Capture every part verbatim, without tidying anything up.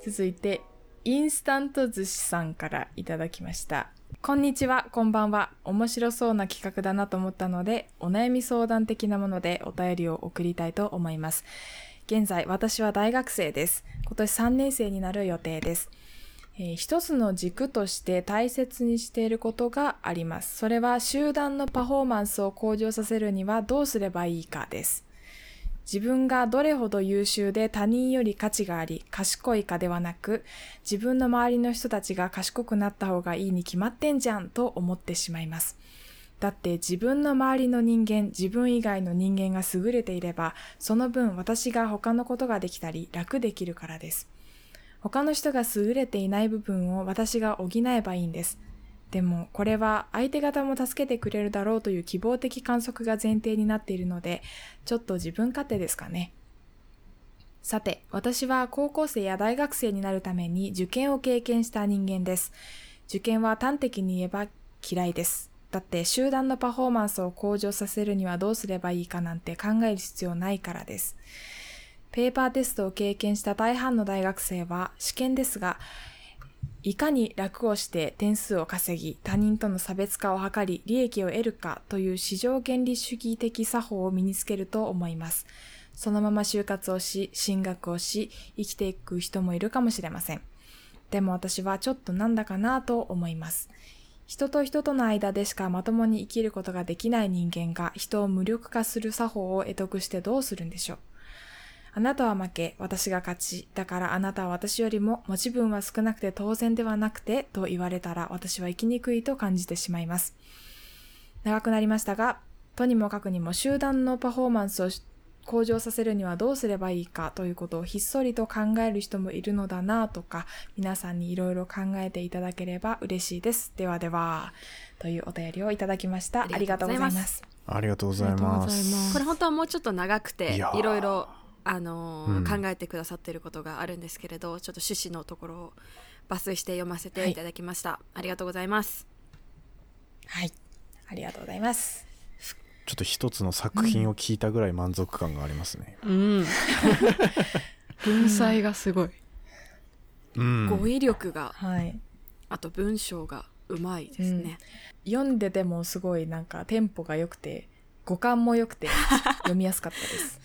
続いてインスタント寿司さんからいただきました。こんにちは、こんばんは。面白そうな企画だなと思ったので、お悩み相談的なものでお便りを送りたいと思います。現在、私は大学生です。今年さんねん生になる予定です。えー、一つの軸として大切にしていることがあります。それは集団のパフォーマンスを向上させるにはどうすればいいかです。自分がどれほど優秀で他人より価値があり賢いかではなく、自分の周りの人たちが賢くなった方がいいに決まってんじゃんと思ってしまいます。だって自分の周りの人間、自分以外の人間が優れていれば、その分私が他のことができたり楽できるからです。他の人が優れていない部分を私が補えばいいんです。でもこれは相手方も助けてくれるだろうという希望的観測が前提になっているので、ちょっと自分勝手ですかね。さて、私は高校生や大学生になるために受験を経験した人間です。受験は端的に言えば嫌いです。だって集団のパフォーマンスを向上させるにはどうすればいいかなんて考える必要ないからです。ペーパーテストを経験した大半の大学生は試験ですが、いかに楽をして点数を稼ぎ、他人との差別化を図り、利益を得るかという市場原理主義的作法を身につけると思います。そのまま就活をし、進学をし、生きていく人もいるかもしれません。でも私はちょっとなんだかなと思います。人と人との間でしかまともに生きることができない人間が人を無力化する作法を得得してどうするんでしょう。あなたは負け、私が勝ち。だからあなたは私よりも持ち分は少なくて当然ではなくてと言われたら私は生きにくいと感じてしまいます。長くなりましたが、とにもかくにも集団のパフォーマンスを向上させるにはどうすればいいかということをひっそりと考える人もいるのだなとか、皆さんにいろいろ考えていただければ嬉しいです。ではでは、というお便りをいただきました。ありがとうございます。 ありがとうございます。 これ本当はもうちょっと長くていろいろあのーうん、 考えてくださっていることがあるんですけれど、ちょっと趣旨のところを抜粋して読ませていただきました、はい、ありがとうございます。 はい、ありがとうございます。 ちょっと一つの作品を聞いたぐらい満足感がありますね、 うん、文才がすごい、 うん、 語彙力が、 はい、あと文章がうまいですね、 うん、読んでてもすごいなんかテンポが良くて語感も良くて読みやすかったです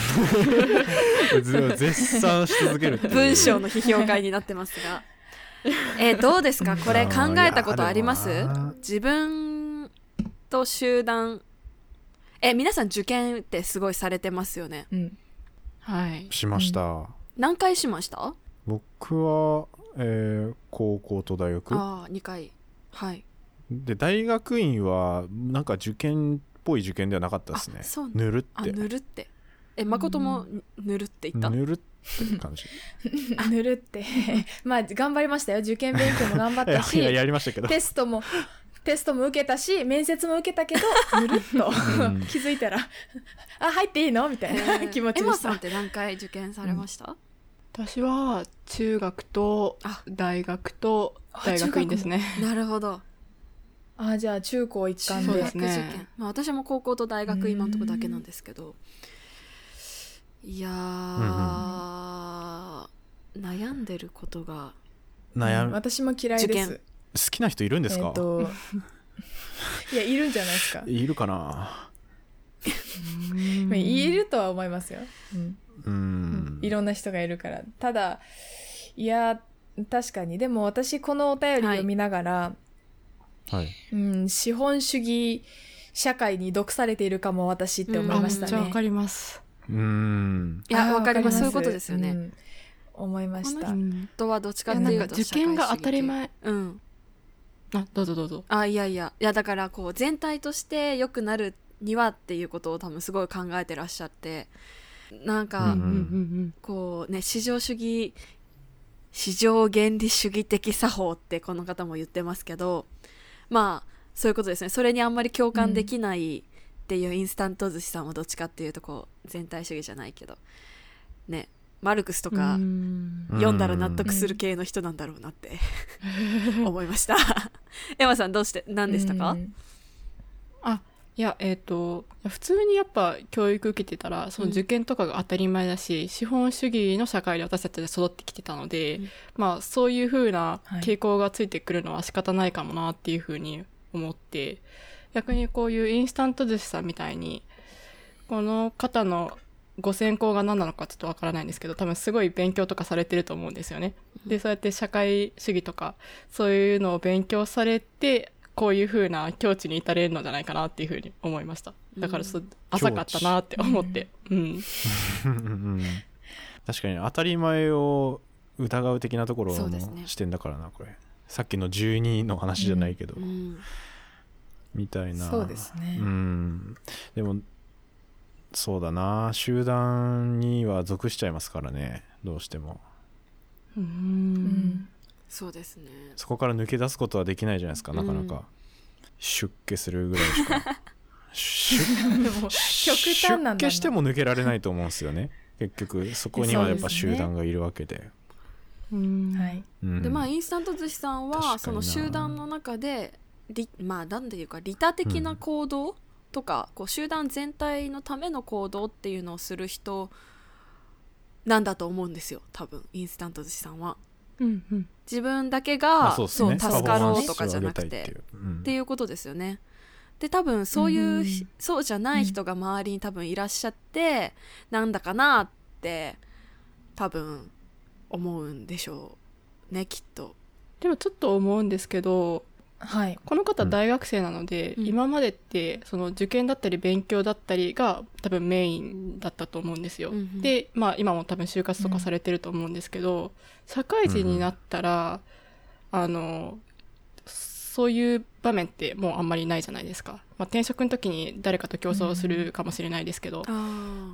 絶賛し続けるっていう文章の批評会になってますがえー、どうですかこれ考えたことあります？自分と集団、え皆さん受験ってすごいされてますよね、 うん、 はいしました、うん、 何回しました？ 僕は、えー、高校と大学あにかい、はいで大学院はなんか受験っぽい受験ではなかったですね。ぬるってあぬるってえ誠もぬるって言った？ ぬるって感じぬるってまあ頑張りましたよ。受験勉強も頑張ったしいややりましたけどテストもテストも受けたし面接も受けたけどぬるっと、うん、気づいたらあ入っていいのみたいな、えー、気持ちでした。エマさんって何回受験されました？うん、 私は中学と大学と大学院ですね。 なるほど。 あじゃあ中高一貫で。 中学受験、ねまあ、私も高校と大学今のところだけなんですけど、いやー、うんうん、悩んでることが悩、 うん、私も嫌いです。 好きな人いるんですか？えー、といやいるんじゃないですか。 いるかなまあ、いるとは思いますよ、うんうん、 いろんな人がいるから。ただいや確かにでも私このお便りを見ながら、はいうん、資本主義社会に毒されているかも私って思いましたね。 めっちゃわかります。 うんいやわかります。そういうことですよね、うん、 思いました。 とはどっちかっていうと受験が当たり前。 うんあどうぞどうぞ。 あいやいやいやだからこう全体として良くなるにはっていうことを多分すごい考えてらっしゃって、なんか、うんうんうん、こうね市場主義市場原理主義的作法ってこの方も言ってますけど、まあそういうことですね。それにあんまり共感できないっていうインスタント寿司さんはどっちかっていうとこう全体主義じゃないけどねマルクスとか読んだら納得する系の人なんだろうなって思いましたエマさんどうして何でしたか？ あいや、えっと、普通にやっぱ教育受けてたら、その受験とかが当たり前だし、うん、資本主義の社会で私たちで育ってきてたので、うん、まあそういう風な傾向がついてくるのは仕方ないかもなっていう風に思って、逆にこういうインスタント寿司さんみたいに、この方のご専攻が何なのかちょっとわからないんですけど、多分すごい勉強とかされてると思うんですよね。で、そうやって社会主義とか、そういうのを勉強されて、こういう風な境地に至れるのじゃないかなっていう風に思いました。だからちょっと浅かったなって思って。うん。うん、 確かに当たり前を疑う的なところの視点だからな、これ。さっきのじゅうにの話じゃないけど。うん、みたいな。 そうですね。 うん。でも、そうだな、集団には属しちゃいますからね、どうしても。 うーん、そうですね。 そこから抜け出すことはできないじゃないですか、なかなか。出家するぐらいしかでも極端なんだな。 出家しても抜けられないと思うんですよね、結局。そこにはやっぱ集団がいるわけで。 うん、はい。 でまあインスタント寿司さんはその集団の中でまあ何ていうか利他的な行動、うんとかこう集団全体のための行動っていうのをする人なんだと思うんですよ、多分インスタント寿司さんは、うんうん、自分だけが、そうそう、ね、そう助かろうとかじゃなくてっていう、うん、っていうことですよね。で多分そういう、うん、そうじゃない人が周りに多分いらっしゃって、うん、なんだかなって多分思うんでしょうね、きっと。 でもちょっと思うんですけど、 はい、 この方大学生なので、うん、今までってその受験だったり勉強だったりが多分メインだったと思うんですよ、うんうん、で、まあ、今も多分就活とかされてると思うんですけど、うん、社会人になったら、うん、あのそういう場面ってもうあんまりないじゃないですか、まあ、転職の時に誰かと競争するかもしれないですけど、うん、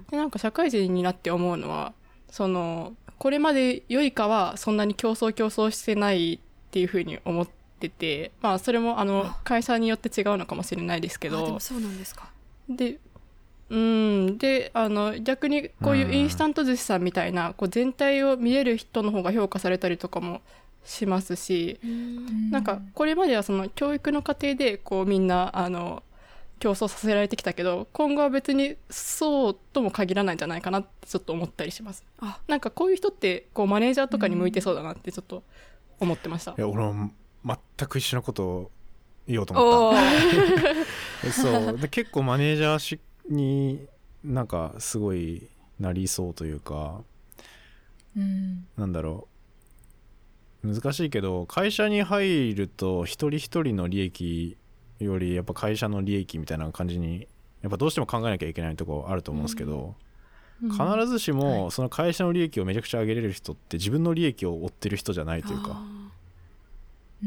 でなんか社会人になって思うのはそのこれまでよりかはそんなに競争競争してないっていうふうに思っててて、まあそれもあの会社によって違うのかもしれないですけど、 あでもそうなんですか。 で、うんであの逆にこういうインスタント寿司さんみたいなこう全体を見れる人の方が評価されたりとかもしますし、んなんかこれまではその教育の過程でこうみんなあの競争させられてきたけど、今後は別にそうとも限らないんじゃないかなってちょっと思ったりします。あなんかこういう人ってこうマネージャーとかに向いてそうだなってちょっと思ってました。 いや俺も全く一緒のことを言おうと思ったそうで結構マネージャーしになんかすごいなりそうというか、うん、なんだろう、難しいけど会社に入ると一人一人の利益よりやっぱ会社の利益みたいな感じにやっぱどうしても考えなきゃいけないところあると思うんですけど、うん、必ずしもその会社の利益をめちゃくちゃ上げれる人って自分の利益を追ってる人じゃないというか、うん、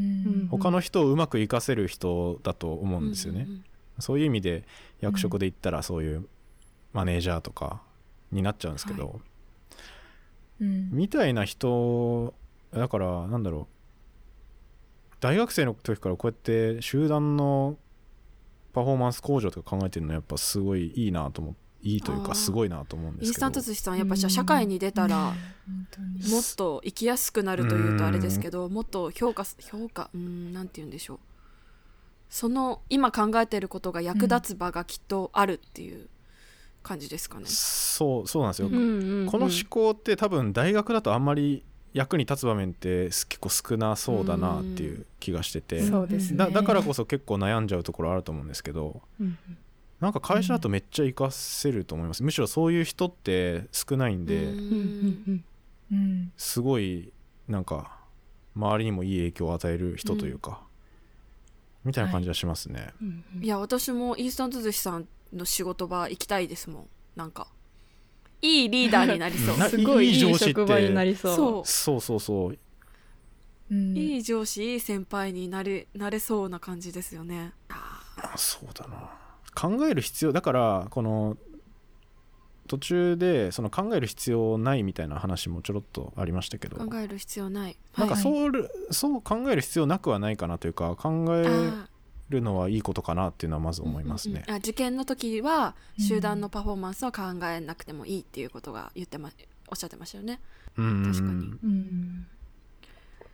他の人をうまく活かせる人だと思うんですよね、うんうん、そういう意味で役職で言ったらそういうマネージャーとかになっちゃうんですけど、はいうん、みたいな人だからなんだろう、大学生の時からこうやって集団のパフォーマンス向上とか考えてるのはやっぱすごいいいなと思って、いいというかすごいなと思うんですけど、インスタント寿司さんやっぱじゃあ社会に出たらもっと生きやすくなるというとあれですけど、もっと評価評価うんなんて言うんでしょう、その今考えていることが役立つ場がきっとあるっていう感じですかね、うん、 そうそうなんですよ、うんうんうん、この思考って多分大学だとあんまり役に立つ場面って結構少なそうだなっていう気がしてて、うんそうですね、だ, だからこそ結構悩んじゃうところあると思うんですけど、うんなんか会社だとめっちゃ活かせると思います、うん、むしろそういう人って少ないんで、うんうん、すごいなんか周りにもいい影響を与える人というか、うん、みたいな感じはしますね、はいうんうん、いや私もインスタント寿司さんの仕事場行きたいですもん。なんかいいリーダーになりそうすごいいい職場になりそうそうそうそうそう、 うん、いい上司いい先輩になれ、なれそうな感じですよね。 あそうだな、考える必要だからこの途中でその考える必要ないみたいな話もちょろっとありましたけど、 考える必要ない、 なんかそう、はいはい、そう考える必要なくはないかなというか、考えるのはいいことかなっていうのはまず思いますね、 うんうんうん、あ受験の時は集団のパフォーマンスを考えなくてもいいっていうことが言ってまおっしゃってましたよね、うん、確かに、うん、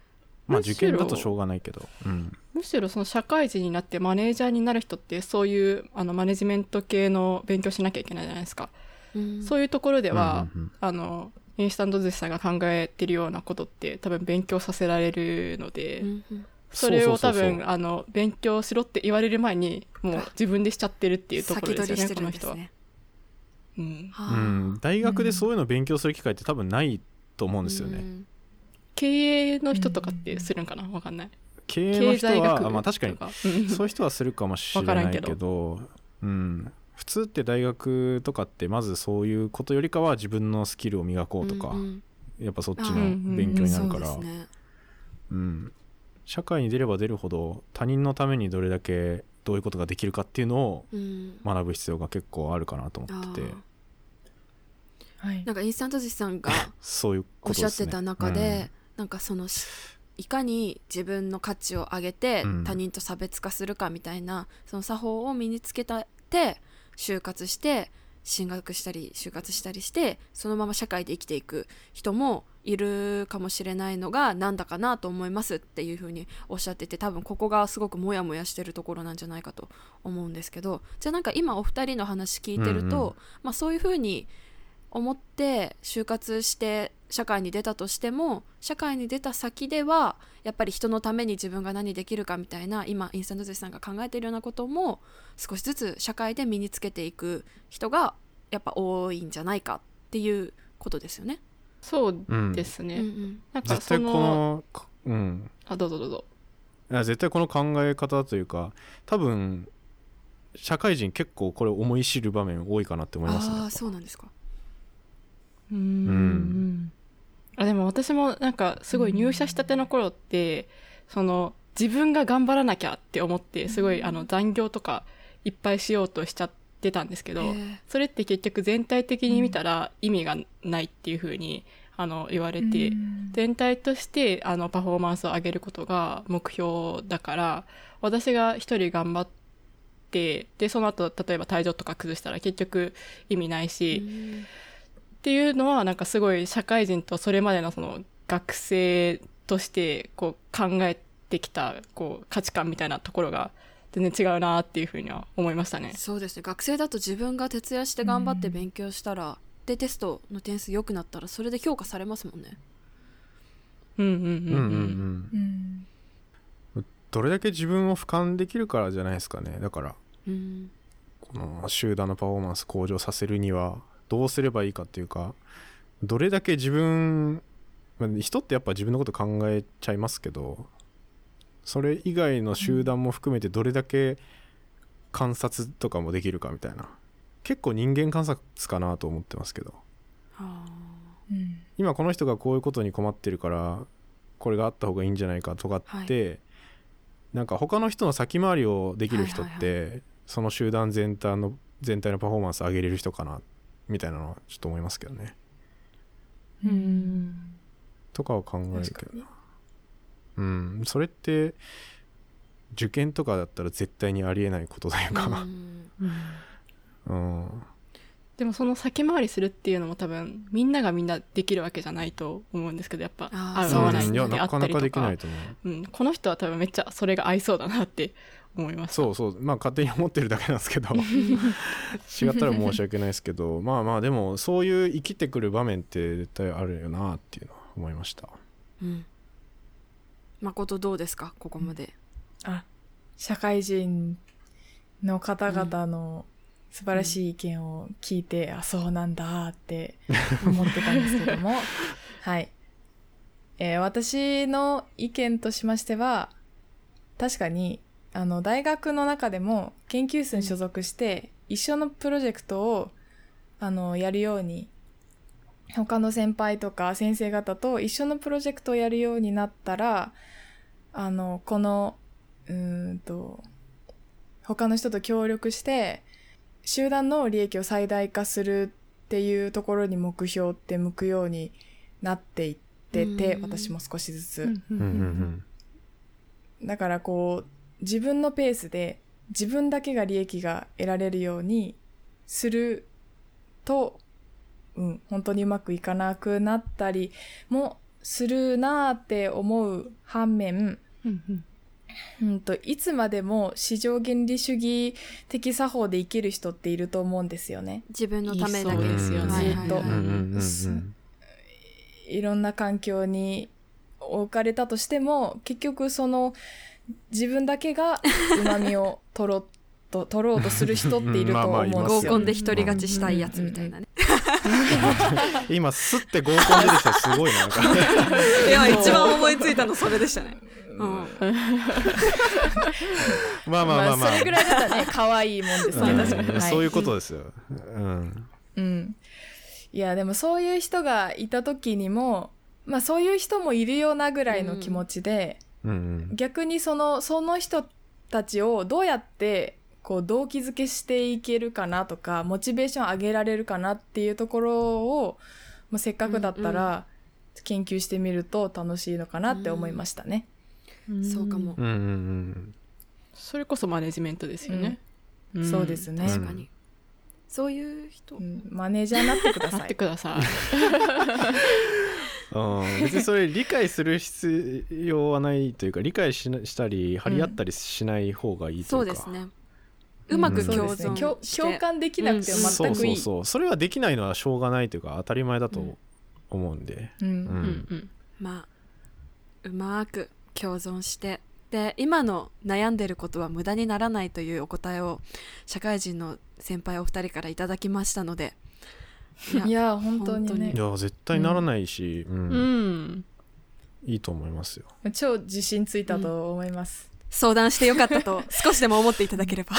まあ受験だとしょうがないけど、うん、 むしろその社会人になってマネージャーになる人ってそういうあのマネジメント系の勉強しなきゃいけないじゃないですか、うん、そういうところでは、うんうんうん、あのインスタント寿司さんが考えてるようなことって多分勉強させられるので、うんうん、それを多分あの勉強しろって言われる前にもう自分でしちゃってるっていうところですよね、この人は。うん、 うん、大学でそういうのを勉強する機会って多分ないと思うんですよね、うん、 経営の人とかってするんかな、分かんない。 経営の人は、まあ、確かにそういう人はするかもしれないけど、うん、普通って大学とかってまずそういうことよりかは自分のスキルを磨こうとか、うんうん、やっぱそっちの勉強になるから、うんうんうんうん、社会に出れば出るほど他人のためにどれだけどういうことができるかっていうのを学ぶ必要が結構あるかなと思ってて、うんはい、なんかインスタント寿司さんがそういうこおっとですね、 しゃってた中で、うん、なんかそのいかに自分の価値を上げて他人と差別化するかみたいな、うん、その作法を身につけて就活して進学したり就活したりしてそのまま社会で生きていく人もいるかもしれないのがなんだかなと思いますっていうふうにおっしゃってて、多分ここがすごくモヤモヤしてるところなんじゃないかと思うんですけど、じゃあなんか今お二人の話聞いてると、うんうんまあ、そういうふうに思って就活して社会に出たとしても社会に出た先ではやっぱり人のために自分が何できるかみたいな今インスタント寿司さんが考えているようなことも少しずつ社会で身につけていく人がやっぱ多いんじゃないかっていうことですよね。 そうですね、うんうん、なんか絶対この、うん、 あどうぞどうぞ。 いや絶対この考え方というか多分社会人結構これ思い知る場面多いかなって思いますね。 ああそうなんですか。 うーん、うん、あでも私もなんかすごい入社したての頃って、うん、その自分が頑張らなきゃって思ってすごい、うん、あの残業とかいっぱいしようとしちゃってたんですけど、それって結局全体的に見たら意味がないっていう風にあの言われて、うん、全体としてあのパフォーマンスを上げることが目標だから私が一人頑張ってでその後例えば体調とか崩したら結局意味ないし、うんっていうのはなんかすごい社会人とそれまでのその学生としてこう考えてきたこう価値観みたいなところが全然違うなっていうふうには思いましたね。 そうですね。学生だと自分が徹夜して頑張って勉強したら、うん、でテストの点数良くなったらそれで評価されますもんね。 うんうんうんうん、 うん、どれだけ自分を俯瞰できるからじゃないですかね。だから、うん、この集団のパフォーマンス向上させるにはどうすればいいかっていうか、どれだけ自分、人ってやっぱ自分のこと考えちゃいますけど、それ以外の集団も含めてどれだけ観察とかもできるかみたいな、結構人間観察かなと思ってますけど、はあうん、今この人がこういうことに困ってるからこれがあった方がいいんじゃないかとかって、はい、なんか他の人の先回りをできる人って、はいはいはい、その集団全体の全体のパフォーマンス上げれる人かなみたいなのはちょっと思いますけどね。 うーんとかは考えるけどな。うんそれって受験とかだったら絶対にありえないことというかうんうん、うん、 でもその先回りするっていうのも多分みんながみんなできるわけじゃないと思うんですけど、やっぱ合う合わないってあったりとか、いやなかなかできないと思う、うん、この人は多分めっちゃそれが合いそうだなって思いました。 そうそうまあ勝手に思ってるだけなんですけど違ったら申し訳ないですけどまあまあでもそういう生きてくる場面って絶対あるよなっていうのは思いました。 うん誠どうですかここまで。 あ社会人の方々の素晴らしい意見を聞いて、うん、あそうなんだって思ってたんですけどもはい、えー、私の意見としましては確かにあの大学の中でも研究室に所属して一緒のプロジェクトをあのやるように他の先輩とか先生方と一緒のプロジェクトをやるようになったらあのこのうーんと他の人と協力して集団の利益を最大化するっていうところに目標って向くようになっていってて、私も少しずつ、うん、だからこう自分のペースで自分だけが利益が得られるようにすると、うん、本当にうまくいかなくなったりもするなって思う反面、 うんうんうんといつまでも市場原理主義的作法で生きる人っていると思うんですよね。 自分のためだけいですよね、 はいはいはいうんうんうんうんいろんな環境に置かれたとしても結局その自分だけが旨味を取ろうと取ろうとする人っていると思うんですよ。 合コンで独り勝ちしたいやつみたいなね。 今スッて合コン出てきたらすごいななんかいや一番思いついたのそれでしたね。うん、 まあまあまあまあ、 まあ、それぐらいだったらね可愛いもんですね、 うん確かに、はい、 そういうことですよ、うんうん、いやでもそういう人がいた時にも、まあ、そういう人もいるようなぐらいの気持ちで、 うんうん、 逆にそのその人たちをどうやってこう動機づけしていけるかなとかモチベーション上げられるかなっていうところを、まあ、せっかくだったら研究してみると楽しいのかなって思いましたね、 うんうん、そうかも、 うんうんうん、 それこそマネジメントですよね、 うんうん、そうですね、 確かにそういう人、 うん、マネージャーになってくださいなってくださいうん、別にそれ理解する必要はないというか理解 し, なしたり張り合ったりしない方がいいというか、うん、 そうですねうまく共存して、 うん、共感できなくても全くいい、うん、 そうそうそうそれはできないのはしょうがないというか当たり前だと思うんで、 うんうんうんうん、 まあうまく共存してで今の悩んでることは無駄にならないというお答えを社会人の先輩お二人からいただきましたのでいや、いや本当にねいや絶対ならないし、うんうん、 いいと思いますよ。 超自信ついたと思います、 うん、相談してよかったと少しでも思っていただければ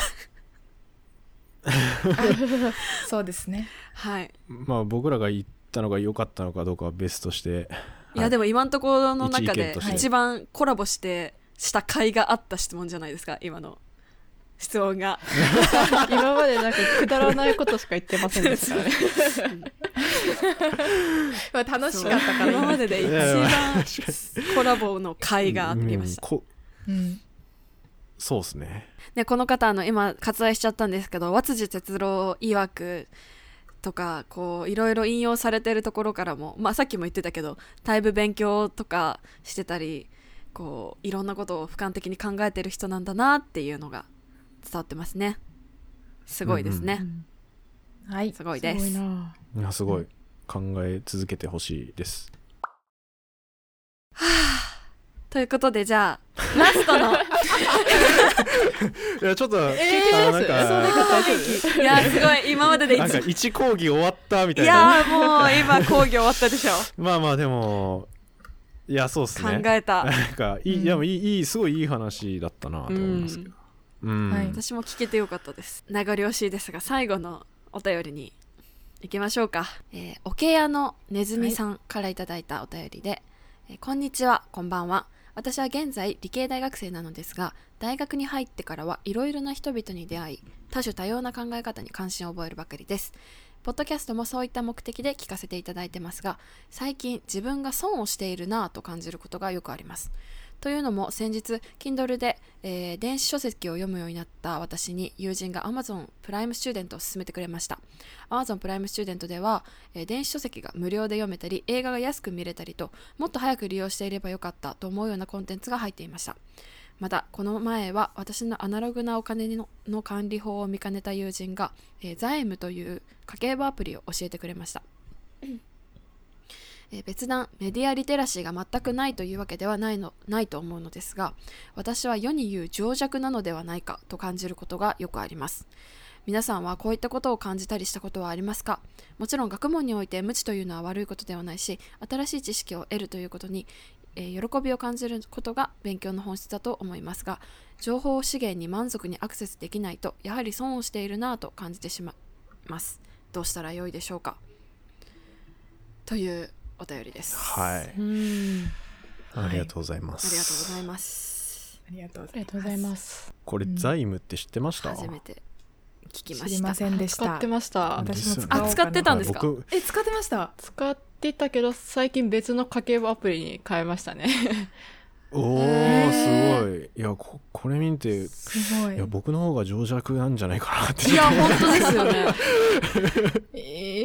そうですね、 はい、 まあ僕らが言ったのが良かったのかどうかは別として、 いや、はい、でも今のところの中で一番コラボしてした甲斐があった質問じゃないですか今の質問が今までなんかくだらないことしか言ってませんでしたからねまあ楽しかったから今までで一番コラボの甲斐がありました、 うんうん、そうですね。 でこの方あの今割愛しちゃったんですけど和辻哲郎曰くとかこういろいろ引用されてるところからも、まあ、さっきも言ってたけどだいぶ勉強とかしてたりこういろんなことを俯瞰的に考えてる人なんだなっていうのが伝わってますね。すごいですね、うんうん、はいすごいです。 すごいな。 いやすごい考え続けてほしいです。 はあ、ということでじゃあラストのいやちょっと、 えー、あなんかいやすごい今まででなんか一講義終わったみたいな。いやもう今講義終わったでしょまあまあでもいやそうっすね考えたなんかいい、うん、いやいいいいすごいいい話だったなと思いますけど、うんうんはい、私も聞けてよかったです。名残惜しいですが最後のお便りに行きましょうか。えー、おけやのねずみさんからいただいたお便りで、はい、えー、こんにちはこんばんは。私は現在理系大学生なのですが大学に入ってからはいろいろな人々に出会い多種多様な考え方に関心を覚えるばかりです。ポッドキャストもそういった目的で聞かせていただいてますが最近自分が損をしているなぁと感じることがよくあります。というのも先日 Kindle で、えー、電子書籍を読むようになった私に友人が Amazon プライムスチューデントを勧めてくれました。 Amazon プライムスチューデントでは、えー、電子書籍が無料で読めたり映画が安く見れたりともっと早く利用していればよかったと思うようなコンテンツが入っていました。またこの前は私のアナログなお金 の, の管理法を見かねた友人が、えー、財務という家計簿アプリを教えてくれましたえー、別段メディアリテラシーが全くないというわけではないのないと思うのですが私は世に言う情弱なのではないかと感じることがよくあります。皆さんはこういったことを感じたりしたことはありますか？もちろん学問において無知というのは悪いことではないし新しい知識を得るということに、えー、喜びを感じることが勉強の本質だと思いますが情報資源に満足にアクセスできないとやはり損をしているなぁと感じてしまいます。どうしたらよいでしょうかというお便りです。 はい。 うんありがとうございます。 ありがとうございます。 ありがとうございます。 これ財務って知ってました？ 初めて聞きました。 知りませんでした。 使ってました。 私も使おうかな。 あ、使ってたんですか？ え、使ってました。 使ってたけど最近別の家計簿アプリに変えましたね。 おーすごい。いや こ, これ見てすごい。 いや僕の方が情弱なんじゃないかなって。 いや本当ですよね。 い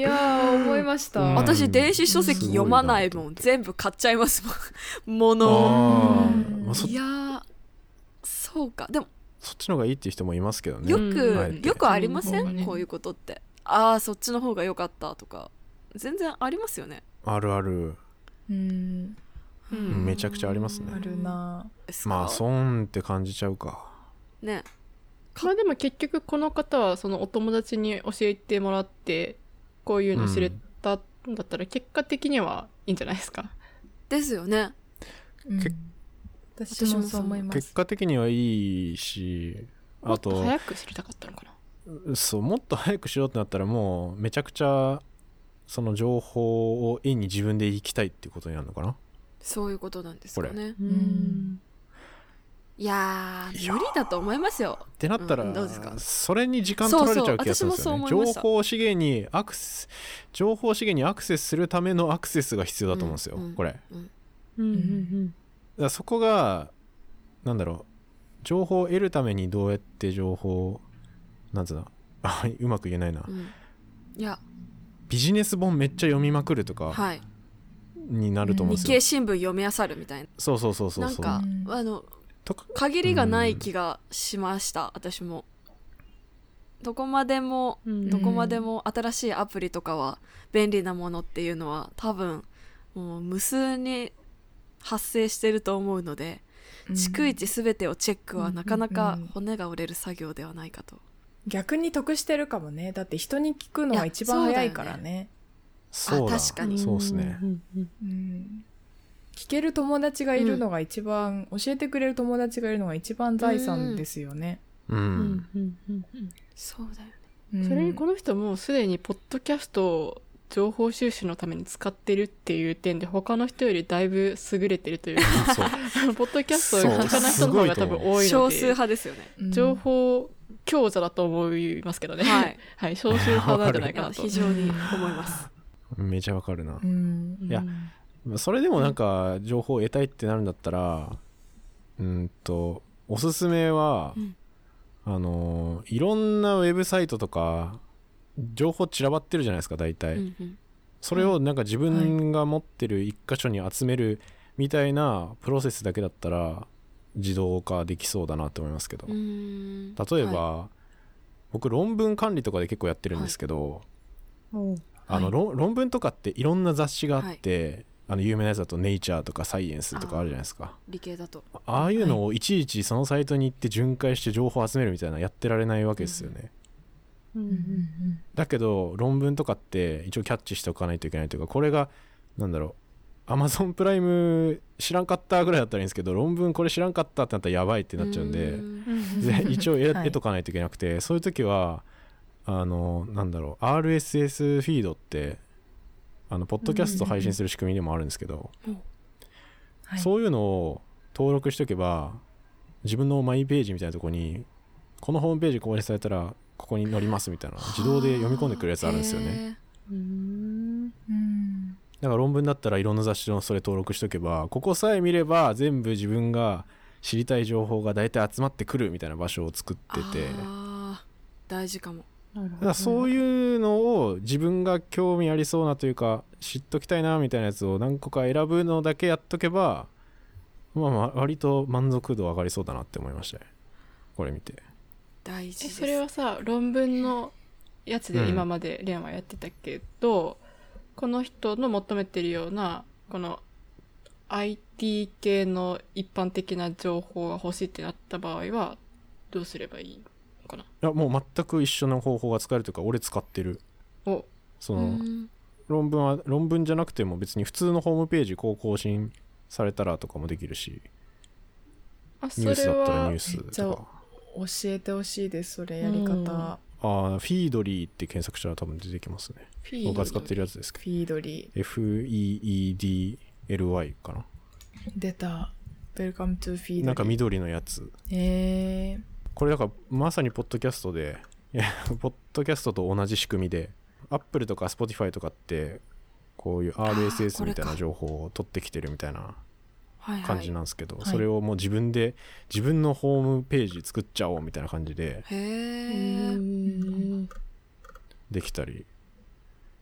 やー思いました、 うん私電子書籍読まないもん、全部買っちゃいますもんものを。 あうんー、まあ、そいやーそうか。でもそっちの方がいいっていう人もいますけどね。 ようんくよくありませうんんこういうことって。ああそっちの方が良かったとか全然ありますよね。 あるある、 うんうんめちゃくちゃありますねあるな。 ですかまあ損って感じちゃうか。 ね。 まあでも結局この方はそのお友達に教えてもらってこういうの知れたんだったら結果的にはいいんじゃないですか。 ですよね。 うんけ私もそう思います。 結果的にはいいし、 もっとあと早く知りたかったのかな。 そうもっと早くしようってなったらもうめちゃくちゃその情報を得に自分で行きたいっていうことになるのかな。 そういうことなんですかね。 んいやいやーー無理だと思いますよ。 ってなったら、 うんどうですか。 それに時間取られちゃう気がするんですよね。 そうそう私もそう思いました情報資源にアクセス情報資源にアクセスするためのアクセスが必要だと思うんですよ、 うんうんこれ。だかうんうんうんらそこがなんだろう、情報を得るためにどうやって情報をなんつうのあうまく言えないな、 うんいやビジネス本めっちゃ読みまくるとかはい。 になると思うんですよ、 日経新聞読み漁るみたいな。 そうそうそうそうなんそうかうんあのとか限りがない気がしました私も。どこまでもうんどこまでも新しいアプリとかは便利なものっていうのは多分もう無数に発生してると思うので、逐一全てをチェックはなかなか骨が折れる作業ではないかと。 逆に得してるかもね。だって人に聞くのは一番早いからね。 そうだあ確かにそうですね、 うんうんうん聞ける友達がいるのが一番、教えてくれる友達がいるのが一番財産ですよね。 うん、 うんうんうんうんそうだよね。 うんそれにこの人もうすでにポッドキャストを情報収集のために使ってるっていう点で他の人よりだいぶ優れてるというかそうポッドキャストを聞かない人の方が多分多いの少数で派ですよね。 うん情報強者だと思いますけどねはいはい少数派なんじゃないいやかなと非常に思います。 めちゃわかるな、 うんいやそれでもなんか情報を得たいってなるんだったら、うんとおすすめは、 うんあのいろんなウェブサイトとか情報散らばってるじゃないですか大体、 うんうんそれをなんか自分が持ってる一箇所に集めるみたいなプロセスだけだったら自動化できそうだなと思いますけど、 うーん例えば、 は僕論文管理とかで結構やってるんですけど、 おうあのはい論論文とかっていろんな雑誌があって、あの有名なやつだとネイチャーとかサイエンスとかあるじゃないですか。 理系だとああいうのをいちいちそのサイトに行って巡回して情報を集めるみたいなやってられないわけですよね、 うんううんんだけど論文とかって一応キャッチしておかないといけないというか、これがなんだろう Amazon プライム知らんかったぐらいだったらいいんですけど、論文これ知らんかったってなったらやばいってなっちゃうんで、 うーんうんで一応得はい得とかないといけなくて、そういう時はあのなんだろう アールエスエス フィードってあのポッドキャスト配信する仕組みでもあるんですけど、 はいそういうのを登録しておけば自分のマイページみたいなところにこのホームページ公開されたらここに載りますみたいな自動で読み込んでくるやつあるんですよね。 うんうんだから論文だったらいろんな雑誌のそれ登録しておけばここさえ見れば全部自分が知りたい情報が大体集まってくるみたいな場所を作ってて、 あー大事かも。 なるほどだからそういうのを自分が興味ありそうなというか知っときたいなみたいなやつを何個か選ぶのだけやっとけば、まあまあ割と満足度上がりそうだなって思いましたね、これ見て。 え大事です。 それはさ論文のやつで今までレンはやってたけど、うん、この人の求めてるようなこの アイティー 系の一般的な情報が欲しいってなった場合はどうすればいいのかな。 いやもう全く一緒の方法が使えるというか俺使ってる。 おそのうん論文は論文じゃなくても別に普通のホームページこう更新されたらとかもできるし、 あそニュースれはだったらニュースめっちゃとか、 教えてほしいですそれやり方、 うんあーフィードリーって検索したら多分出てきますね。 フィー僕が使ってるやつですけどフィードリエフイーイーディーエルワイ かな、 ー出た Welcome to フィードリーなんか緑のやつ。 へえこれだからまさにポッドキャストでいやポッドキャストと同じ仕組みで Apple とか Spotify とかってこういう アールエスエス みたいな情報を取ってきてるみたいなはいはい感じなんですけど、 はいそれをもう自分で自分のホームページ作っちゃおうみたいな感じでへうえんできたり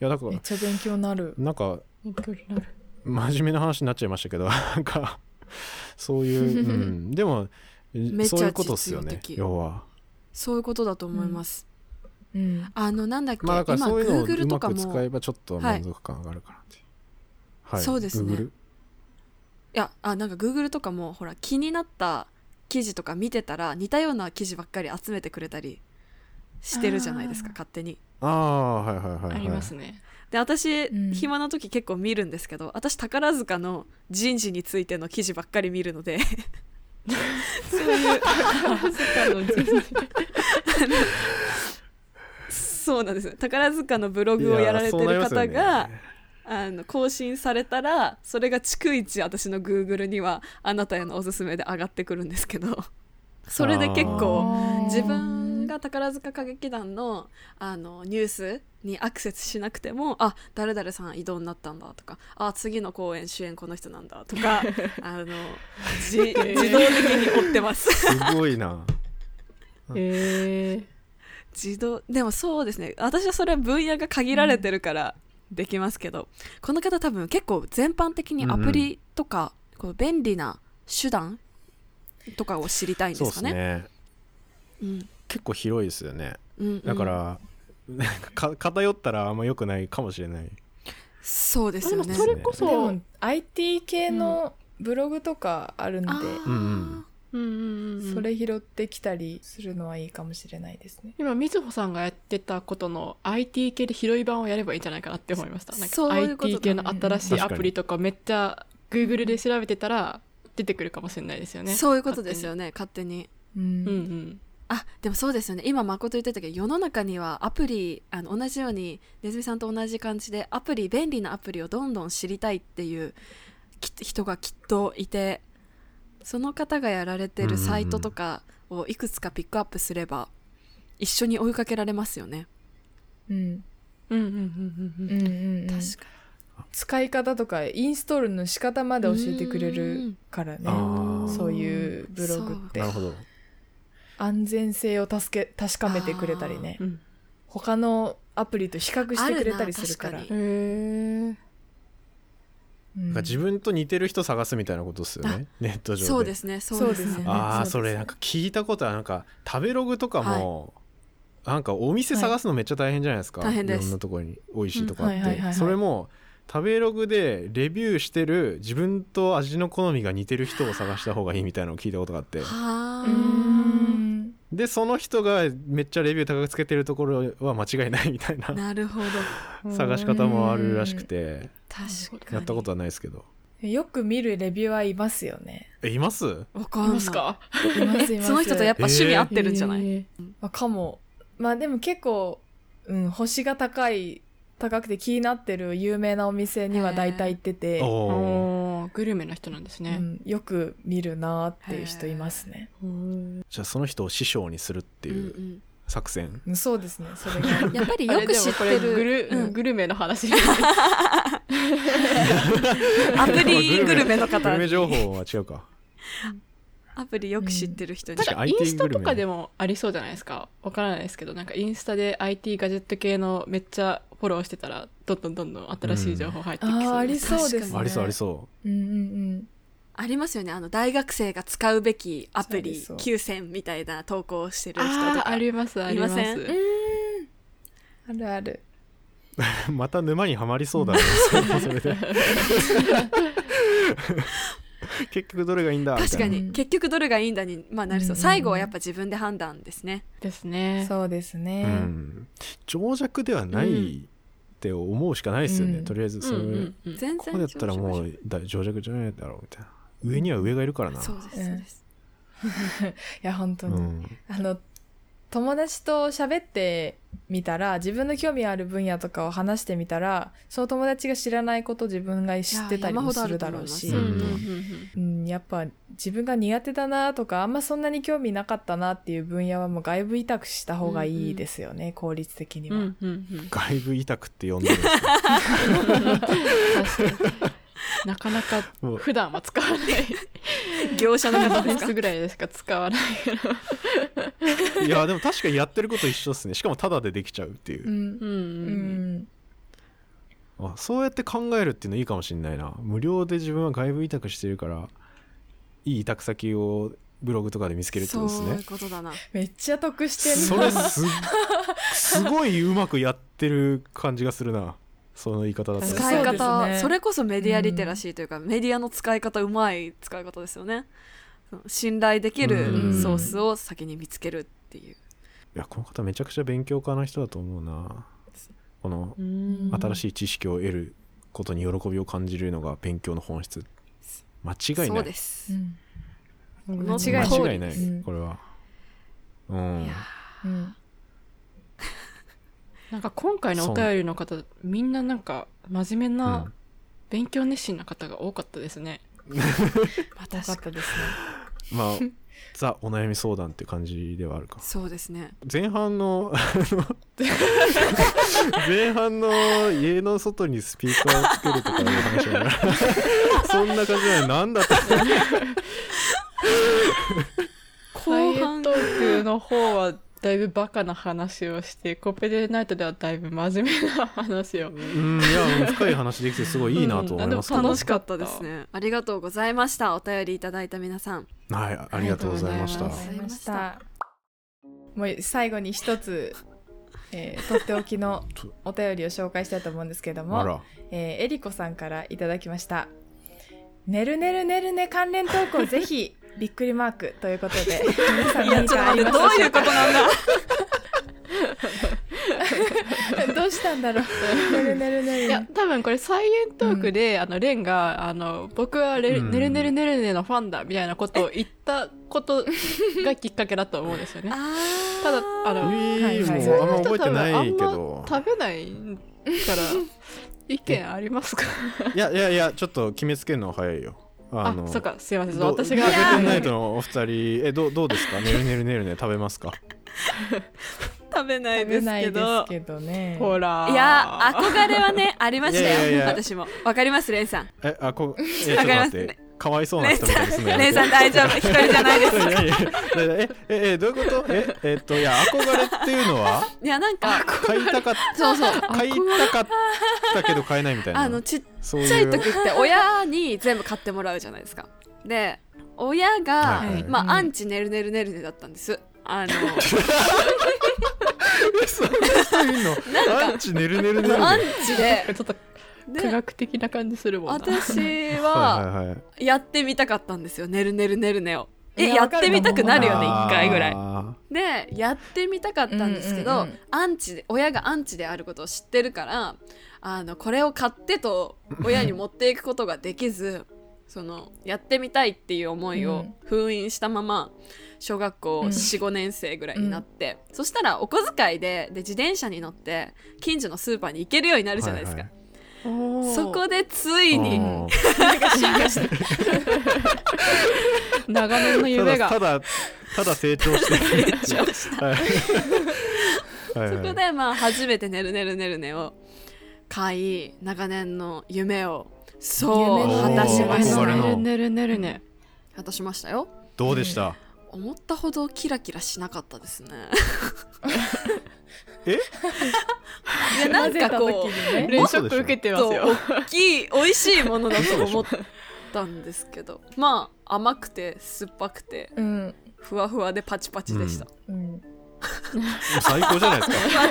やだからめっちゃ勉強になる。 なんか勉強になる。 真面目な話になっちゃいましたけどなんかそういう、うん、でもめっちゃそういうことっすよね、 実用的要は。 そういうことだと思います、 うん、 あのなんだっけ、 まあだから今そういうのを Google うとかもまく使えばちょっと満足感上がるかなっていう、はい、 そうですね。 Google？ いやあなんか Google とかもほら気になった記事とか見てたら似たような記事ばっかり集めてくれたりしてるじゃないですか、勝手に。 ああはいはいはい、はい、 ありますね。 で私、 うん、 暇な時結構見るんですけど、私宝塚の人事についての記事ばっかり見るのでそういう宝塚の人事そうなんです。宝塚のブログをやられてる方が、ね、あの更新されたらそれが逐一私の Google にはあなたへのおすすめで上がってくるんですけど、それで結構自分が宝塚歌劇団 の, あのニュースにアクセスしなくても、あ誰々さん異動になったんだとか、あ次の公演主演この人なんだとかあのじ自動的に追ってますすごいなへえ自動でもそうですね、私はそれは分野が限られてるからできますけど、うん、この方多分結構全般的にアプリとか、うん、この便利な手段とかを知りたいんですかね。 そうですね、うん、結構広いですよね、うんうん、だからか偏ったらあんま良くないかもしれない。 そうですよね。 それこそでも アイティー 系のブログとかあるんで、 うんうんうんうんうん、 それ拾ってきたりするのはいいかもしれないですね。 今みずほさんがやってたことの アイティー 系で広い版をやればいいんじゃないかなって思いました。なんか アイティー 系の新しいアプリとかめっちゃ Google で調べてたら出てくるかもしれないですよね。 そういうことですよね、勝手に、 うんうんうん、 あでもそうですよね。今誠言ってたけど世の中にはアプリあの同じようにねずみさんと同じ感じでアプリ便利なアプリをどんどん知りたいっていう人がきっといて、その方がやられてるサイトとかをいくつかピックアップすれば一緒に追いかけられますよね。 うんうんうんうんうんうん、 確かに使い方とかインストールの仕方まで教えてくれるからね、そういうブログって。 なるほど。 安全性を助け確かめてくれたりね、うん、他のアプリと比較してくれたりするから。へー、 うん、自分と似てる人探すみたいなことですよね、ネット上で。 そうですねそうですね。 ああ、それなんか聞いたことはなんか食べログとかも、はい、なんかお店探すのめっちゃ大変じゃないですか、 はい、大変です。 いろんなところに美味しいとかあって、それも食べログでレビューしてる自分と味の好みが似てる人を探した方がいいみたいなのを聞いたことがあって、 はー、 でその人がめっちゃレビュー高くつけてるところは間違いないみたいななるほど探し方もあるらしくて、 確かにやったことはないですけど。 よく見るレビューはいますよね。 え、います？ わかんない。いますか？いますいます。 その人とやっぱ趣味合ってるんじゃない？えー、かも。まあでも結構、うん、星が高い高くて気になってる有名なお店には大体行ってて、 おグルメな人なんですね、 うん、よく見るなっていう人いますね。 じゃあその人を師匠にするっていう作戦、 うんうん、そうですね。それがやっぱりよく知ってるグル、うん、グルメの話アプリグルメの方グルメ情報は違うかアプリよく知ってる人に、 うん、なんかインスタとかでもありそうじゃないですか。わからないですけど、なんかインスタで アイティー ガジェット系のめっちゃフォローしてたらどんどんどんどん新しい情報入ってきそうです、うん、 あ, ありそうですね。 ありそうありそう、 うんうんうん、 ありますよね。あの大学生が使うべきアプリきゅうせんみたいな投稿をしてる人とかあ, ありますあります。 うんあるあるまた沼にはまりそうだねそれで結局どれがいいんだみたいな。 確かに結局どれがいいんだに、まあ、なりそう、うん、最後はやっぱ自分で判断ですね。 ですね。 そうですね、 うん、情弱ではないって思うしかないですよね、うん、とりあえずそれ、うんうんうん、全然ここだったらもう情弱じゃないだろうみたいな。上には上がいるからな、うん、 そうですそうです、 うん、いや本当に、うん、あの友達と喋ってみたら自分の興味ある分野とかを話してみたらその友達が知らないこと自分が知ってたりもするだろうし、うん、やっぱ自分が苦手だなとかあんまそんなに興味なかったなっていう分野はもう外部委託した方がいいですよね、うんうん、効率的には、うんうんうん、 外部委託って呼んでるんですかなかなか普段は使わない業者の方ですかぐらいでしか使わないいやでも確かにやってること一緒ですね。しかもタダでできちゃうっていう、うんうんうん、 あそうやって考えるっていうのいいかもしれないな。無料で自分は外部委託してるからいい委託先をブログとかで見つけるってことですね。 そういうことだな。 めっちゃ得してそるな。 れすすごいうまくやってる感じがするな、その言い方だと。 使い方そうですねそれこそメディアリテラシーというか、うん、メディアの使い方うまい使い方ですよね。信頼できるソースを先に見つけるっていう。いやこの方めちゃくちゃ勉強家の人だと思うな。この新しい知識を得ることに喜びを感じるのが勉強の本質。間違いない。 そうです、 うん、 間違間違いない、 うん、 これは。うん。 いや、 うん、 なんか今回のお便りの方みんななんか真面目な勉強熱心な方が多かったですね。 うん、多かったですね。 まあザお悩み相談って感じではあるか。 そうですね。 前半の前半の家の外にスピーカーをつけるとかいう話だからそんな感じなの。なんだったサイエントークの方はだいぶバカな話をして、コペテナイトではだいぶ真面目な話を。 うん、いや深い話できてすごいいいなと思いますけど、 うん、楽しかったですね。ありがとうございました。お便りいただいた皆さん、 はい、ありがとうございました。 ありがとうございました。もう最後に一つ、えー、とっておきのお便りを紹介したいと思うんですけども、 あら、 えー、えりこさんからいただきました。ねるねるねるね関連トークをぜひびっくりマークということで皆さん何かありますどういうことなんだどうしたんだろう。ねるねるねる。 いや多分これサイエントークで、うん、あのレンがあの僕はレ、うん、ねるねるねるねのファンだみたいなことを言ったことがきっかけだと思うんですよね。ただあの、 えーはいはい、もうあんま覚えてないけど、 食べないから意見ありますか？ いやいやいや、ちょっと決めつけるのは早いよ。あのあ、そうか、すいません。私がグーテンナイトのお二人、え、どうどうですか？ねるねるねるね食べますか？ 食べないですけど、 ですけどね。 ほら、 いや憧れはねありましたよ。 いやいやいや私もわかります、レンさん。 え、あこえちょっと待って、かわいそうな人みたいですね。 レンさん大丈夫、一人じゃないです。 いやいやいやえええどういうこと？ええっといや憧れっていうのは？ いやなんか買いたかったそうそう買いたかったけど買えないみたいな。 あのちっちゃい時って親に全部買ってもらうじゃないですか。で親が、はいはい、まあ、うん、アンチねるねるねるねだったんです。あのそんな人いんの？アンチねるねるねるね。 アンチでちょっと科学的な感じするもんな。 私はやってみたかったんですよ、ねるねるねるねを。えやってみたくなるよね、一回ぐらいでやってみたかったんですけど、うんうんうん、アンチで親がアンチであることを知ってるからあのこれを買ってと親に持っていくことができずそのやってみたいっていう思いを封印したまま小学校 よん,ご 年生ぐらいになって、うん、そしたらお小遣い で, で自転車に乗って近所のスーパーに行けるようになるじゃないですか、はいはい、そこでついに長年の夢がただただただ成長して成長したはいはい、そこでまあ初めてねるねるねるねを買い長年の夢をそう果たしました。 ねるねるねるね果たしましたよ。 どうでした？ 思ったほどキラキラしなかったですね。 え？ いやなんかこう、 ね、連続受けてますよ。 大きい美味しいものだと思ったんですけど、まあ甘くて酸っぱくて、うん、ふわふわでパチパチでした。うんうん最高じゃないですか。 ま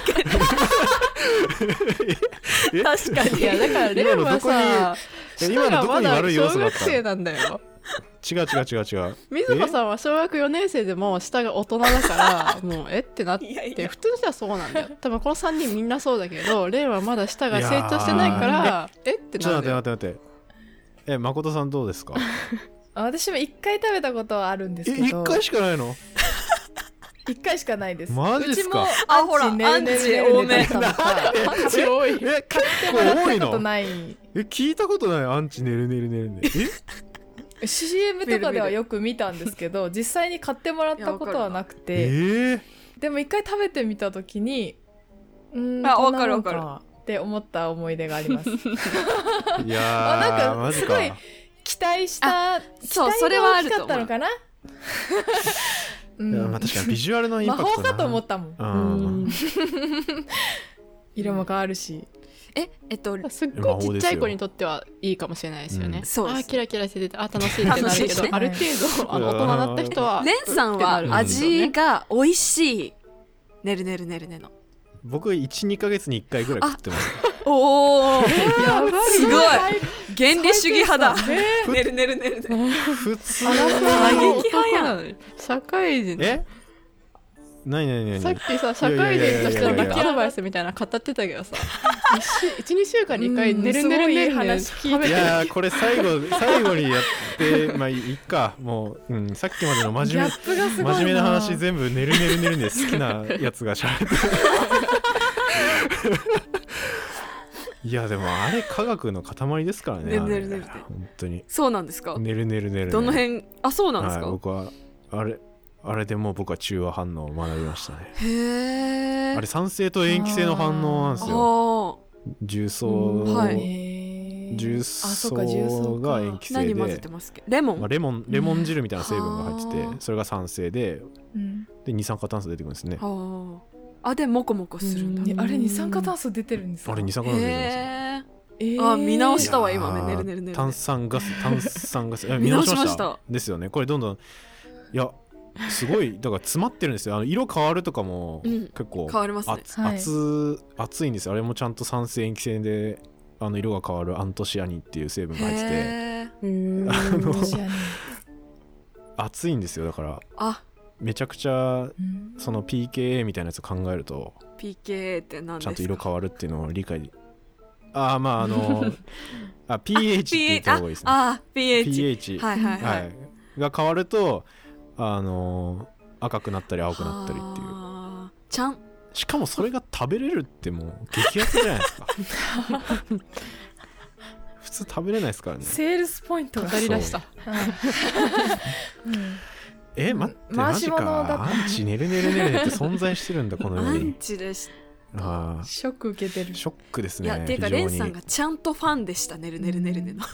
あ、確かに確かに。 いやだからレンはさ今のどこに悪い要素だった小学生なんだよ。 違う違う違う違う。 水穂さんは小学よねん生でも下が大人だからもうえってなっていやいや普通の人はそうなんだよ。多分このさんにんみんなそうだけどレンはまだ下が成長してないからえってなるんだよ。 ちょっと待って待って待って。え誠さんどうですか？ 私も一回食べたことはあるんですけど。 一回しかないの？ 一回しかないです。 マジですか？ うちもアンチねるねるねるねだったのか。 アンチ多い。え、結構多いの？ ないえ、聞いたことないアンチねるねるねるね。 えシーエム とかではよく見たんですけど実際に買ってもらったことはなくて、えー、でも一回食べてみたときにうーんあ分かる分かるって思った思い出があります。いやーなんかすごい期待した期待が大きかったのかな。 うん、まあ、確かにビジュアルのインパクト魔法かと思ったもん、うん、色も変わるしええっとすっごいちっちゃい子にとってはいいかもしれないですよね、うん、 そうです。 あキラキラしててあ楽しいってなるけど、ね、ある程度あの大人になった人はレンさんは味が美味しいねるねるねるねの僕 いち,に ヶ月にいっかいぐらい食ってます。 おーやばいすごい原理主義派だ、えー、ねるねるねるね普通過激派やん社会人え何何何さっきさ社会人としてのラッキーアドバイスみたいな語ってたけどさいちにしゅうかんにいっかいねるねるねるね食べていやーこれ最後最後にやってまあいいかもう、うん、さっきまでの真面目真面目な話全部ねるねるねるね好きなやつがしゃべっていやでもあれ科学の塊ですからね。 ねるねるねるね本当にそうなんですか。 ねるねるねるねどの辺あそうなんですか、 はい、僕はあれあれでもう僕は中和反応を学びましたね。 へーあれ酸性と塩基性の反応なんですよ。重曹、はい、重曹が塩基性で何混ぜてますっけレモン、 まあ、レモンレモン汁みたいな成分が入っててそれが酸性で、うん、で二酸化炭素出てくるんですね。 はあでモコモコするんだ。 あれ二酸化炭素出てるんですか。 あれ二酸化炭素出てますね。 えー、あ見直したわ今ねるねるねる炭酸ガス炭酸ガス見直しましたですよね。これどんどんいやすごいだから詰まってるんですよ。あの色変わるとかも結構、 うん、変わりますね。 熱熱いんですよ。あれもちゃんと酸性塩基性であの色が変わるアントシアニンっていう成分が入っててあの熱いんですよ。だからあめちゃくちゃその ピーケーエー みたいなやつを考えるとピーケーエー って何ですか。 ちゃんと色変わるっていうのを理解ああまああのあ ピーエイチ って言った方がいいですね。 ああ ピーエイチ, ピーエイチはいはいはい、はい、 が変わるとあの赤くなったり青くなったりっていうちゃんしかもそれが食べれるってもう激アツじゃないですか普通食べれないですからね。 セールスポイントが語り出したえ待ってマジかアンチねるねるねるねって存在してるんだこの世に。 アンチでした。 ショック受けてる。 ショックですね。 いやていうかレンさんがちゃんとファンでしたねるねるねるねの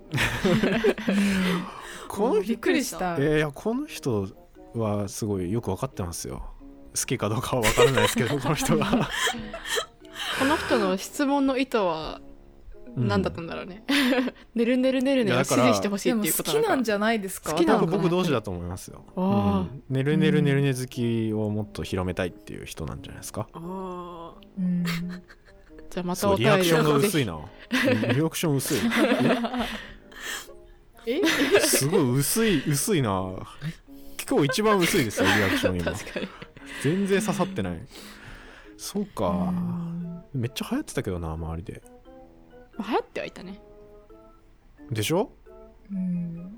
このびっくりした。 えー、いやこの人はすごいよく分かってますよ。好きかどうかは分からないですけどこの人がこの人の質問の意図は何だったんだろうね、うん、ねるねるねるねを支持してほしいっていうことなのか。 好きなんじゃないですか。 好きなの僕同士だと思いますよ、うん、ねるねるねるね好きをもっと広めたいっていう人なんじゃないですか。 あ、 うん、 じゃあまたお便りリアクションが薄いなリアクション薄いえすごい薄い薄いな。今日一番薄いですよリアクション今。 確かに全然刺さってない。そうかめっちゃ流行ってたけどな周りで。 流行ってはいたね。 でしょ、 うん、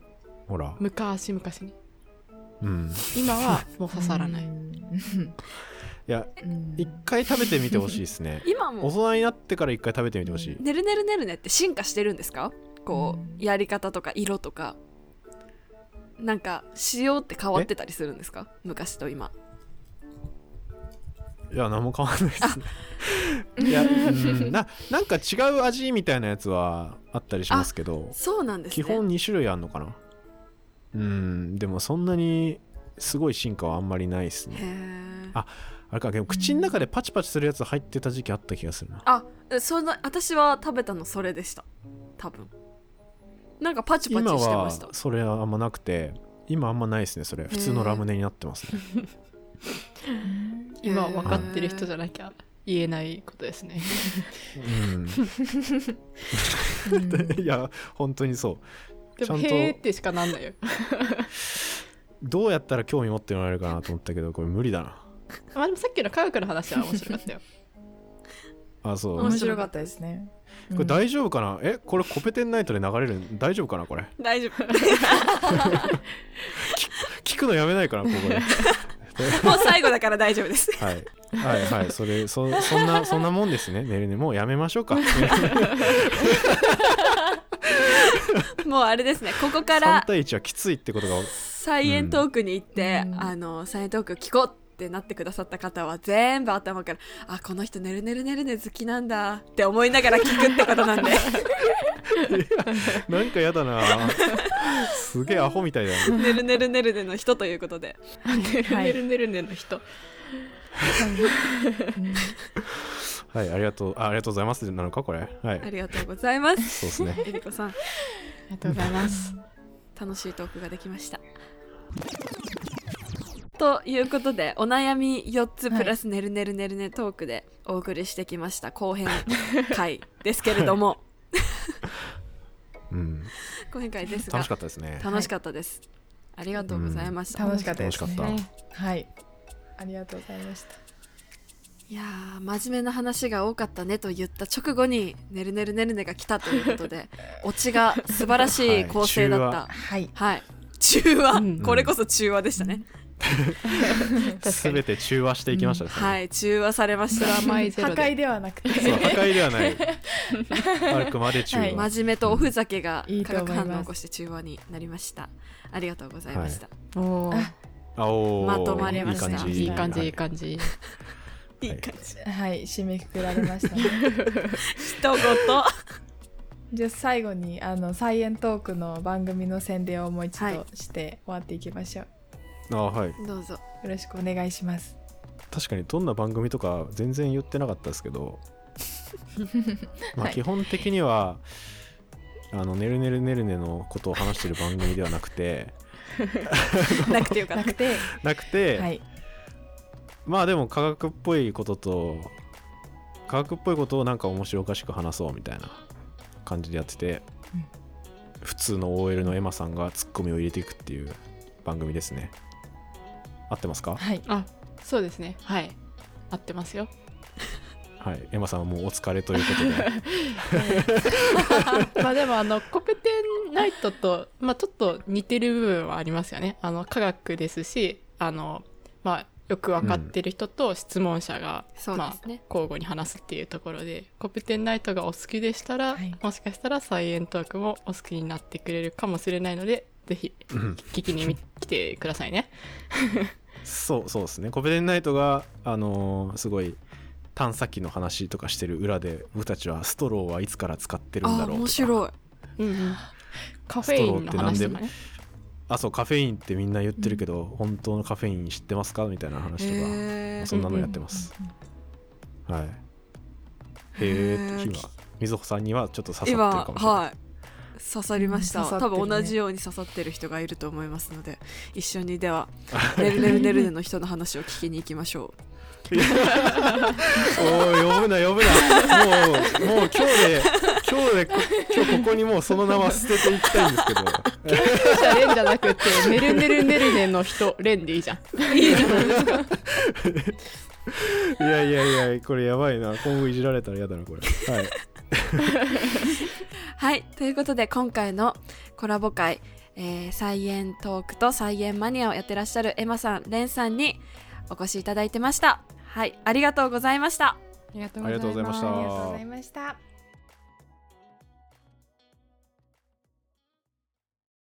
ほら昔々ね、 うん、 今はもう刺さらない、うん、 いや、うん、一回食べてみてほしいですね今も大人になってから一回食べてみてほしい。 ねるねるねるねって進化してるんですか。こう、うん、やり方とか色とかなんか仕様って変わってたりするんですか昔と今。 いや何も変わらないですねいや、うん、な, なんか違う味みたいなやつはあったりしますけど。 そうなんですね。 基本に種類あるのかな。うんでもそんなにすごい進化はあんまりないですね。へああれかでも口の中でパチパチするやつ入ってた時期あった気がするな。 あその私は食べたのそれでした多分。なんかパチパチしてました。 今はそれはあんまなくて今あんまないですね。それ普通のラムネになってますね今分かってる人じゃなきゃ言えないことですねうん、いや本当にそう。 でもへーってしかなんないよどうやったら興味持ってもらえるかなと思ったけどこれ無理だな。 まあでもさっきの科学の話は面白かったよあそう面白かったですね。 これ大丈夫かな、うん、えこれコペテンナイトで流れる大丈夫かなこれ。 大丈夫聞くのやめないかなここでもう最後だから大丈夫ですはいはいはいそれ そ, そんなそんなもんですね。ねるねもうやめましょうかもうあれですねここからさん対いちはきついってことがサイエントークに行って、うん、あのサイエントーク聞こうってなってくださった方は全部頭からあこの人ねるねるねるね好きなんだって思いながら聞くってことなんでなんかやだなすげえアホみたいだねねるねるねるねの人ということでねるねるねるねの人はい、ありがとうあありがとうございますなのかこれ。はい、 ありがとうございます。 そうですね。 えりこさん、 ありがとうございます楽しいトークができました。ということで、お悩みよっつプラスねるねるねるねトークでお送りしてきました後編回ですけれどもうん、 後編回ですが楽しかったですね。 楽しかったです、はい、ありがとうございました、 うん、楽しかったですね。 楽しかった。 はい、ありがとうございました。 いやー、真面目な話が多かったねと言った直後にねるねるねるねが来たということでオチが素晴らしい構成だった。 はい、 はい、中和、 うん、 これこそ中和でしたね。 すべて中和していきましたね、 うん、はい、中和されました。 プラマイゼロで破壊ではなくてそう破壊ではないあくまで中和、はい、 真面目とおふざけがいい化学反応を起こして中和になりました。ありがとうございました、 はい、おーあおーまとまりました。 いい感じいい感じいい感じいい感じ、 はい、締めくくられましたね一言じゃあ最後にあのサイエントークの番組の宣伝をもう一はい度して終わっていきましょう。 あ、はい、 どうぞよろしくお願いします。 確かにどんな番組とか全然言ってなかったですけどまあ基本的には、はい、あのねるねるねるねのことを話してる番組ではなくてなくてよかったなくてなくて、 はい、 まあでも科学っぽいことと科学っぽいことをなんか面白おかしく話そうみたいな感じでやってて、うん、普通の オーエル のエマさんがツッコミを入れていくっていう番組ですね。合ってますか？ はい、 あ、そうですね、はい、合ってますよ。 はい、エマさんはもうお疲れということでまあでもあのコペテンナイトと、まあ、ちょっと似てる部分はありますよね。あの科学ですし、あの、まあ、よく分かってる人と質問者が、 うん、 まあ、交互に話すっていうところで、コペテンナイトがお好きでしたら、はい、もしかしたらサイエントークもお好きになってくれるかもしれないので、ぜひ聞きに来てくださいね。 そうそうですね。コペテンナイトが、あのー、すごい探査機の話とかしてる裏で、僕たちはストローはいつから使ってるんだろうとか。 あ、面白い、 うんうん、カフェインの話とかね。 あ、そう、カフェインってみんな言ってるけど、うん、本当のカフェイン知ってますかみたいな話とか、まあ、そんなのやってます、うんうん、はい。へえ、今みずほさんにはちょっと刺さってるかもしれない。今、はい、 刺さりました、うんね、多分同じように刺さってる人がいると思いますので、一緒にではねるねるねるねの人の話を聞きに行きましょう。 おー、呼ぶな呼ぶな、もうもう今日で今日で今日ここにもうその名は捨てていきたいんですけど、 研究者レンじゃなくてねるねるねるねの人レンでいいじゃん。いいじゃないですか。 いやいやいや、これやばいな、今後いじられたら嫌だなこれ。はいはい、ということで今回のコラボ会、えー、サイエントークとサイエンマニアをやってらっしゃるエマさん、レンさんにお越しいただいてました。はい、ありがとうございました。 ありがとうございました。 ありがとうございました。